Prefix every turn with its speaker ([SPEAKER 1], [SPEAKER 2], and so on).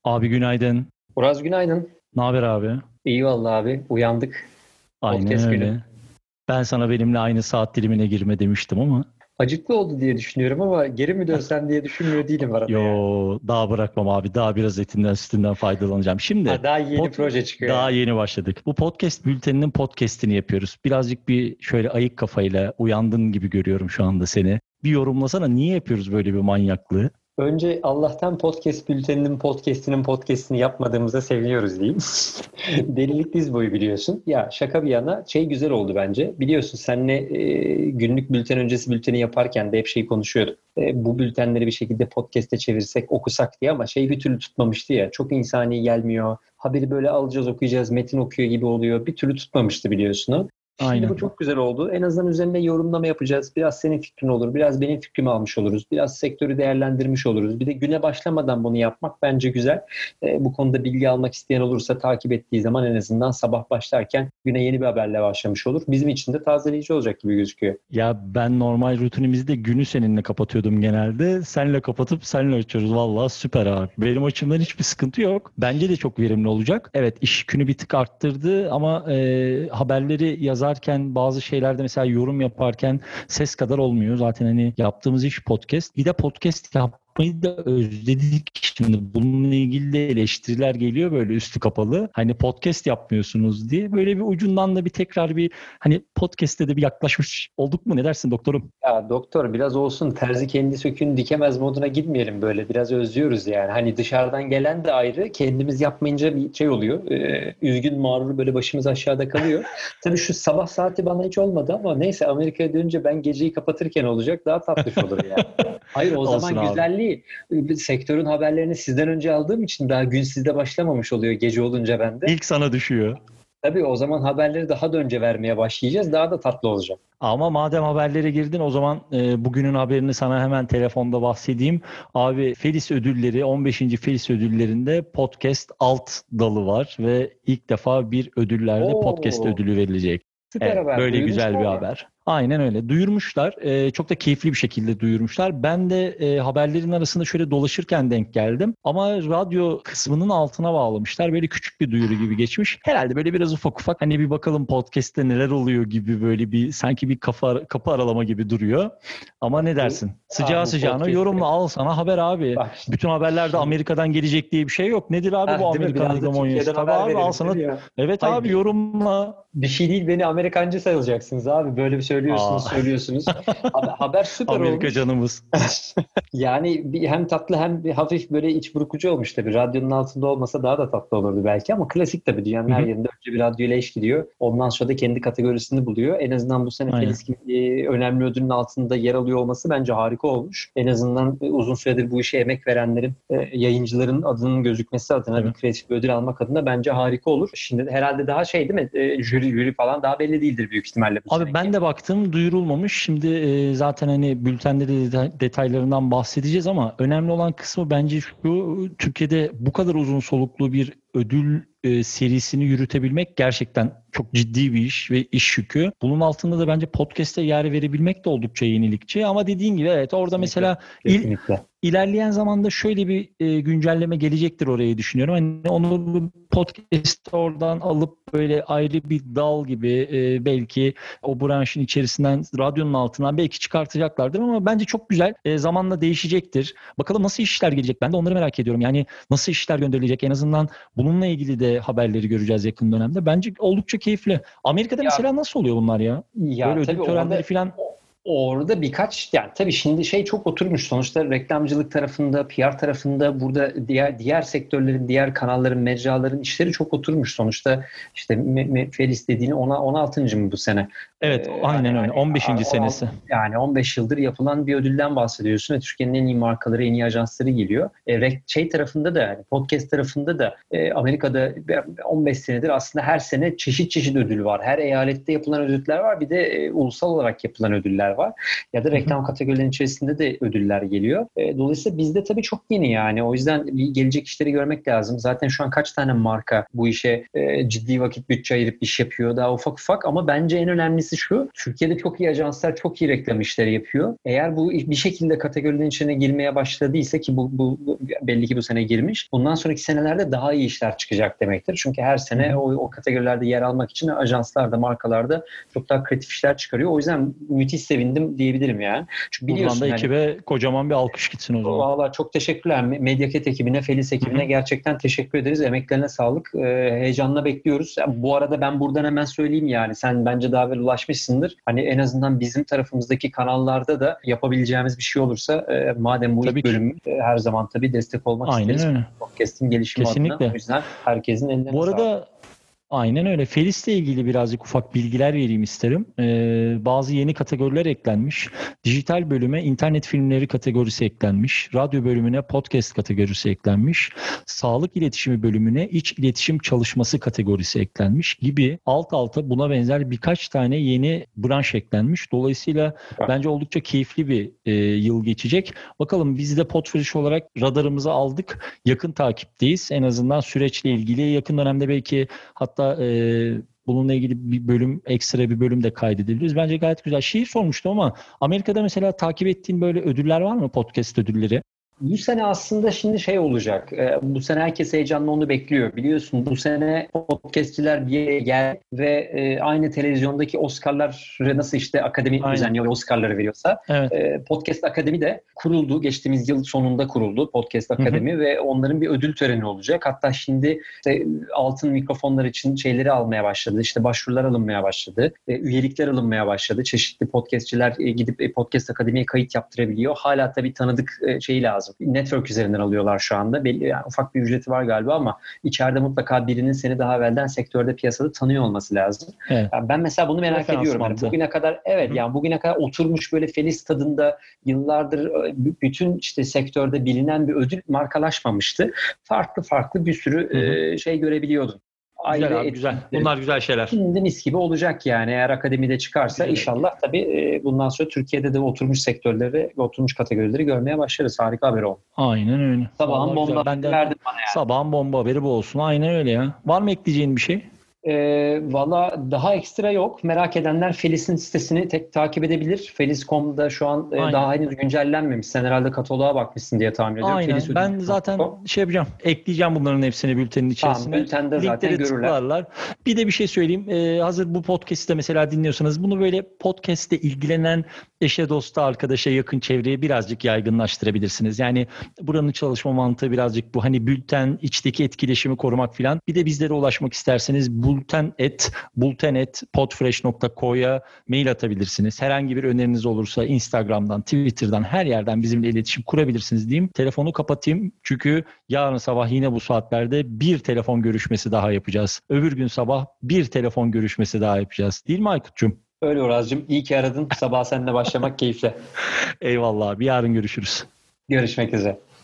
[SPEAKER 1] Abi günaydın.
[SPEAKER 2] Uraz günaydın.
[SPEAKER 1] Ne haber abi?
[SPEAKER 2] İyi vallahi abi. Uyandık.
[SPEAKER 1] Aynen
[SPEAKER 2] Podcast günü.
[SPEAKER 1] öyle. Ben sana benimle aynı saat dilimine girme demiştim ama
[SPEAKER 2] Acıklı oldu diye düşünüyorum ama geri mi dönsem diye düşünmüyor değilim arada ya.
[SPEAKER 1] yo daha bırakmam abi. Daha biraz etinden sütünden faydalanacağım. Şimdi
[SPEAKER 2] Ha, daha yeni
[SPEAKER 1] pod,
[SPEAKER 2] proje çıkıyor
[SPEAKER 1] daha
[SPEAKER 2] yani.
[SPEAKER 1] yeni başladık. Bu podcast bülteninin podcast'ini yapıyoruz. Birazcık bir şöyle ayık kafayla uyandın gibi görüyorum şu anda seni. Bir yorumlasana niye yapıyoruz böyle bir manyaklığı?
[SPEAKER 2] Önce Allah'tan podcast bülteninin podcast'ini yapmadığımıza seviniyoruz diyeyim. Delilik diz boyu biliyorsun. Ya şaka bir yana şey güzel oldu bence. Biliyorsun seninle günlük bülten öncesi bülteni yaparken de hep şey konuşuyorduk. Bu bültenleri bir şekilde podcast'e çevirsek okusak diye ama şey bir türlü tutmamıştı ya. Çok insani gelmiyor. Haberi böyle alacağız okuyacağız metin okuyor gibi oluyor. Bir türlü tutmamıştı biliyorsun o. Şimdi bu
[SPEAKER 1] Aynen.
[SPEAKER 2] çok güzel oldu. En azından üzerine yorumlama yapacağız. Biraz senin fikrin olur, biraz benim fikrimi almış oluruz. Biraz sektörü değerlendirmiş oluruz. Bir de güne başlamadan bunu yapmak bence güzel. Bu konuda bilgi almak isteyen olursa takip ettiği zaman en azından sabah başlarken güne yeni bir haberle başlamış olur. Bizim için de tazeleyici olacak gibi gözüküyor.
[SPEAKER 1] Ya ben normal rutinimizde günü seninle kapatıyordum genelde. Seninle kapatıp seninle açıyoruz. Vallahi süper abi. Benim açımdan hiçbir sıkıntı yok. Bence de çok verimli olacak. Evet iş yükünü bir tık arttırdı ama haberleri yazarken bazı şeylerde mesela yorum yaparken ses kadar olmuyor. Zaten hani yaptığımız iş podcast. Bir de podcast yapmayı da özledik. Şimdi bununla ilgili de eleştiriler geliyor böyle üstü kapalı. Hani podcast yapmıyorsunuz diye. Böyle bir ucundan da bir tekrar bir hani podcast'te de bir yaklaşmış olduk mu? Ne dersin doktorum?
[SPEAKER 2] Ya doktor biraz olsun terzi kendi söküğünü dikemez moduna gitmeyelim böyle. Biraz özlüyoruz yani. Hani dışarıdan gelen de ayrı. Kendimiz yapmayınca bir şey oluyor. Üzgün mağrur böyle başımız aşağıda kalıyor. Tabii şu sabah saati bana hiç olmadı ama neyse Amerika'ya dönünce ben geceyi kapatırken olacak daha tatlış olur yani. Hayır o
[SPEAKER 1] Olsun
[SPEAKER 2] zaman
[SPEAKER 1] abi.
[SPEAKER 2] güzelliği sektörün haberlerini sizden önce aldığım için daha gün sizde başlamamış oluyor gece olunca bende.
[SPEAKER 1] İlk sana düşüyor.
[SPEAKER 2] Tabii o zaman haberleri daha da önce vermeye başlayacağız. Daha da tatlı olacak.
[SPEAKER 1] Ama madem haberlere girdin o zaman bugünün haberini sana hemen telefonda bahsedeyim. Abi Felis ödülleri 15. Felis ödüllerinde podcast alt dalı var ve ilk defa bir ödüllerde podcast
[SPEAKER 2] Oo,
[SPEAKER 1] ödülü verilecek.
[SPEAKER 2] süper
[SPEAKER 1] Evet,
[SPEAKER 2] haber.
[SPEAKER 1] böyle güzel bir
[SPEAKER 2] Duyurmuşlar mı?
[SPEAKER 1] haber. Aynen öyle. Duyurmuşlar. Çok da keyifli bir şekilde duyurmuşlar. Ben de haberlerin arasında şöyle dolaşırken denk geldim. Ama radyo kısmının altına bağlamışlar. Böyle küçük bir duyuru gibi geçmiş. Herhalde böyle biraz ufak ufak hani bir bakalım podcast'te neler oluyor gibi böyle bir sanki bir kapı aralama gibi duruyor. Ama ne dersin? Sıcağı
[SPEAKER 2] Bu
[SPEAKER 1] sıcağına
[SPEAKER 2] podcast'i
[SPEAKER 1] yorumla al sana haber abi.
[SPEAKER 2] bak
[SPEAKER 1] Bütün haberlerde
[SPEAKER 2] şimdi
[SPEAKER 1] Amerika'dan gelecek diye bir şey yok. Nedir abi bu
[SPEAKER 2] değil mi?
[SPEAKER 1] Amerikan
[SPEAKER 2] Biraz da
[SPEAKER 1] hegemonyası?
[SPEAKER 2] Türkiye'den
[SPEAKER 1] Tabii
[SPEAKER 2] haber
[SPEAKER 1] abi al
[SPEAKER 2] verelim değil
[SPEAKER 1] sana.
[SPEAKER 2] mi ya?
[SPEAKER 1] Evet
[SPEAKER 2] Hayır
[SPEAKER 1] abi yorumla.
[SPEAKER 2] bir şey değil beni Amerikancı sayılacaksınız abi. Böyle bir
[SPEAKER 1] Aa.
[SPEAKER 2] söylüyorsunuz. Haber süper
[SPEAKER 1] Amerika
[SPEAKER 2] olmuş.
[SPEAKER 1] canımız.
[SPEAKER 2] Yani hem tatlı hem bir hafif böyle iç burkucu olmuş tabii. Radyonun altında olmasa daha da tatlı olurdu belki ama klasik tabii dünyanın
[SPEAKER 1] Hı
[SPEAKER 2] her
[SPEAKER 1] hı.
[SPEAKER 2] yerinde önce bir radyoyla eş gidiyor. Ondan sonra da kendi kategorisini buluyor. En azından bu sene
[SPEAKER 1] Aynen.
[SPEAKER 2] Feliz gibi önemli ödülün altında yer alıyor olması bence harika olmuş. En azından uzun süredir bu işe emek verenlerin, yayıncıların adının gözükmesi adına bir
[SPEAKER 1] Tabii.
[SPEAKER 2] kreatif bir ödül almak adına bence harika olur. Şimdi herhalde daha şey değil mi? Jüri falan daha belli değildir büyük ihtimalle bu
[SPEAKER 1] Abi ben
[SPEAKER 2] seneki.
[SPEAKER 1] de baktım duyurulmamış. Şimdi zaten hani bültende de detaylarından bahsedeceğiz ama önemli olan kısmı bence şu: Türkiye'de bu kadar uzun soluklu bir ödül serisini yürütebilmek gerçekten çok ciddi bir iş ve iş yükü. Bunun altında da bence podcast'e yer verebilmek de oldukça yenilikçi ama dediğin gibi evet orada
[SPEAKER 2] Kesinlikle.
[SPEAKER 1] mesela
[SPEAKER 2] Kesinlikle.
[SPEAKER 1] ilerleyen zamanda şöyle bir güncelleme gelecektir orayı düşünüyorum. Hani onu podcast'ı oradan alıp böyle ayrı bir dal gibi belki o branşın içerisinden radyonun altından belki çıkartacaklardır ama bence çok güzel. Zamanla değişecektir. Bakalım nasıl işler gelecek? Ben de onları merak ediyorum. Yani nasıl işler gönderilecek? En azından bununla ilgili de haberleri göreceğiz yakın dönemde. Bence oldukça keyifli. Amerika'da
[SPEAKER 2] Ya
[SPEAKER 1] mesela nasıl oluyor bunlar ya? Böyle
[SPEAKER 2] ya
[SPEAKER 1] ödül
[SPEAKER 2] tabii
[SPEAKER 1] törenleri falan.
[SPEAKER 2] orada birkaç yani tabii şimdi şey çok oturmuş sonuçta reklamcılık tarafında, PR tarafında burada diğer sektörlerin, diğer kanalların, mecraların işleri çok oturmuş sonuçta işte Felis dediğini 16. mı bu sene?
[SPEAKER 1] Evet,
[SPEAKER 2] Hani
[SPEAKER 1] aynen öyle. 15.
[SPEAKER 2] 16
[SPEAKER 1] senesi.
[SPEAKER 2] yani 15 yıldır yapılan bir ödülden bahsediyorsun ve Türkiye'nin en iyi markaları, en iyi ajansları geliyor. Şey tarafında da yani podcast tarafında da Amerika'da 15 senedir aslında her sene çeşit çeşit ödül var. Her eyalette yapılan ödüller var. Bir de ulusal olarak yapılan ödüller var. Ya da reklam kategorilerinin içerisinde de ödüller geliyor. Dolayısıyla bizde tabii çok yeni yani. O yüzden gelecek işleri görmek lazım. Zaten şu an kaç tane marka bu işe ciddi vakit bütçe ayırıp iş yapıyor. Daha ufak ufak ama bence en önemlisi şu. Türkiye'de çok iyi ajanslar çok iyi reklam işleri yapıyor. Eğer bu bir şekilde kategorilerin içine girmeye başladıysa ki bu belli ki bu sene girmiş. Bundan sonraki senelerde daha iyi işler çıkacak demektir. Çünkü her sene o kategorilerde yer almak için ajanslar da markalar da çok daha kreatif işler çıkarıyor. O yüzden müthiş sevindim diyebilirim yani. Çünkü biliyorsun
[SPEAKER 1] buradan da ekibe kocaman bir alkış gitsin o zaman.
[SPEAKER 2] Vallahi çok teşekkürler. Medyaket ekibine, Felis ekibine gerçekten teşekkür ederiz. Emeklerine sağlık. Heyecanla bekliyoruz. Bu arada ben buradan hemen söyleyeyim yani. Sen bence daha evvel ulaşmışsındır. Hani en azından bizim tarafımızdaki kanallarda da yapabileceğimiz bir şey olursa madem bu ilk bölüm her zaman tabii destek olmak isteriz.
[SPEAKER 1] Öyle.
[SPEAKER 2] Podcast'in gelişimi adına. O yüzden herkesin eline sağlık.
[SPEAKER 1] Bu arada aynen öyle. Felis'le ilgili birazcık ufak bilgiler vereyim isterim. Bazı yeni kategoriler eklenmiş. Dijital bölüme internet filmleri kategorisi eklenmiş. Radyo bölümüne podcast kategorisi eklenmiş. Sağlık iletişimi bölümüne iç iletişim çalışması kategorisi eklenmiş gibi alt alta buna benzer birkaç tane yeni branş eklenmiş. Dolayısıyla bence oldukça keyifli bir yıl geçecek. Bakalım biz de Podfresh olarak radarımızı aldık. Yakın takipteyiz. En azından süreçle ilgili yakın dönemde belki hatta bununla ilgili bir bölüm, ekstra bir bölüm de kaydedebiliriz. Bence gayet güzel. Şeyi sormuştum ama Amerika'da mesela takip ettiğin böyle ödüller var mı? Podcast ödülleri.
[SPEAKER 2] Bu sene aslında şimdi olacak. Bu sene herkes heyecanla onu bekliyor. Biliyorsun bu sene podcastçiler bir yere geldi ve aynı televizyondaki Oscar'ları nasıl işte akademi düzenliyor Oscar'ları veriyorsa Podcast Akademi de kuruldu. Geçtiğimiz yıl sonunda kuruldu Podcast Akademi ve onların bir ödül töreni olacak. Hatta şimdi altın mikrofonlar için şeyleri almaya başladı. İşte başvurular alınmaya başladı. Üyelikler alınmaya başladı. Çeşitli podcastçiler gidip Podcast Akademi'ye kayıt yaptırabiliyor. Hala tabii tanıdık şeyi lazım. Network üzerinden alıyorlar şu anda. Belli yani ufak bir ücreti var galiba ama içeride mutlaka birinin seni daha evvelden sektörde piyasada tanıyor olması lazım. Evet. Yani ben mesela bunu merak ediyorum. Yani bugüne kadar yani bugüne kadar oturmuş böyle Felis tadında yıllardır bütün işte sektörde bilinen bir ödül markalaşmamıştı. Farklı bir sürü şey görebiliyordun.
[SPEAKER 1] Güzel abi, güzel. Bunlar güzel şeyler.
[SPEAKER 2] Şimdi mis gibi olacak yani eğer akademide çıkarsa inşallah tabii bundan sonra Türkiye'de de oturmuş sektörleri ve oturmuş kategorileri görmeye başlarız. Harika haber oldu.
[SPEAKER 1] Aynen öyle.
[SPEAKER 2] Sabahın bomba verdim bana yani.
[SPEAKER 1] Sabahın bomba haberi bu olsun. Aynen öyle ya. Var mı ekleyeceğin bir şey?
[SPEAKER 2] Valla daha ekstra yok. Merak edenler Felis'in sitesini takip edebilir. Felis.com'da şu an daha henüz güncellenmemiş. Sen herhalde kataloğa bakmışsın diye tahmin ediyorum.
[SPEAKER 1] Aynen. Ben zaten yapacağım. Ekleyeceğim bunların hepsini bültenin içerisine.
[SPEAKER 2] Tamam, bültende zaten
[SPEAKER 1] linkleri tıklarlar. Bir de bir şey söyleyeyim. Hazır bu podcast'te mesela dinliyorsanız bunu böyle podcast'te ilgilenen eşe, dosta, arkadaşa, yakın çevreye birazcık yaygınlaştırabilirsiniz. Yani buranın çalışma mantığı birazcık bu. Hani bülten, içteki etkileşimi korumak filan. Bir de bizlere ulaşmak isterseniz bulten@podfresh.co'ya mail atabilirsiniz. Herhangi bir öneriniz olursa Instagram'dan, Twitter'dan her yerden bizimle iletişim kurabilirsiniz diyeyim. Telefonu kapatayım çünkü yarın sabah yine bu saatlerde bir telefon görüşmesi daha yapacağız. Öbür gün sabah bir telefon görüşmesi daha yapacağız. Değil mi Aykut'cum?
[SPEAKER 2] Öyle Uraz'cığım. İyi ki aradın. Sabah seninle başlamak keyifli.
[SPEAKER 1] Eyvallah abi. Yarın görüşürüz.
[SPEAKER 2] Görüşmek üzere.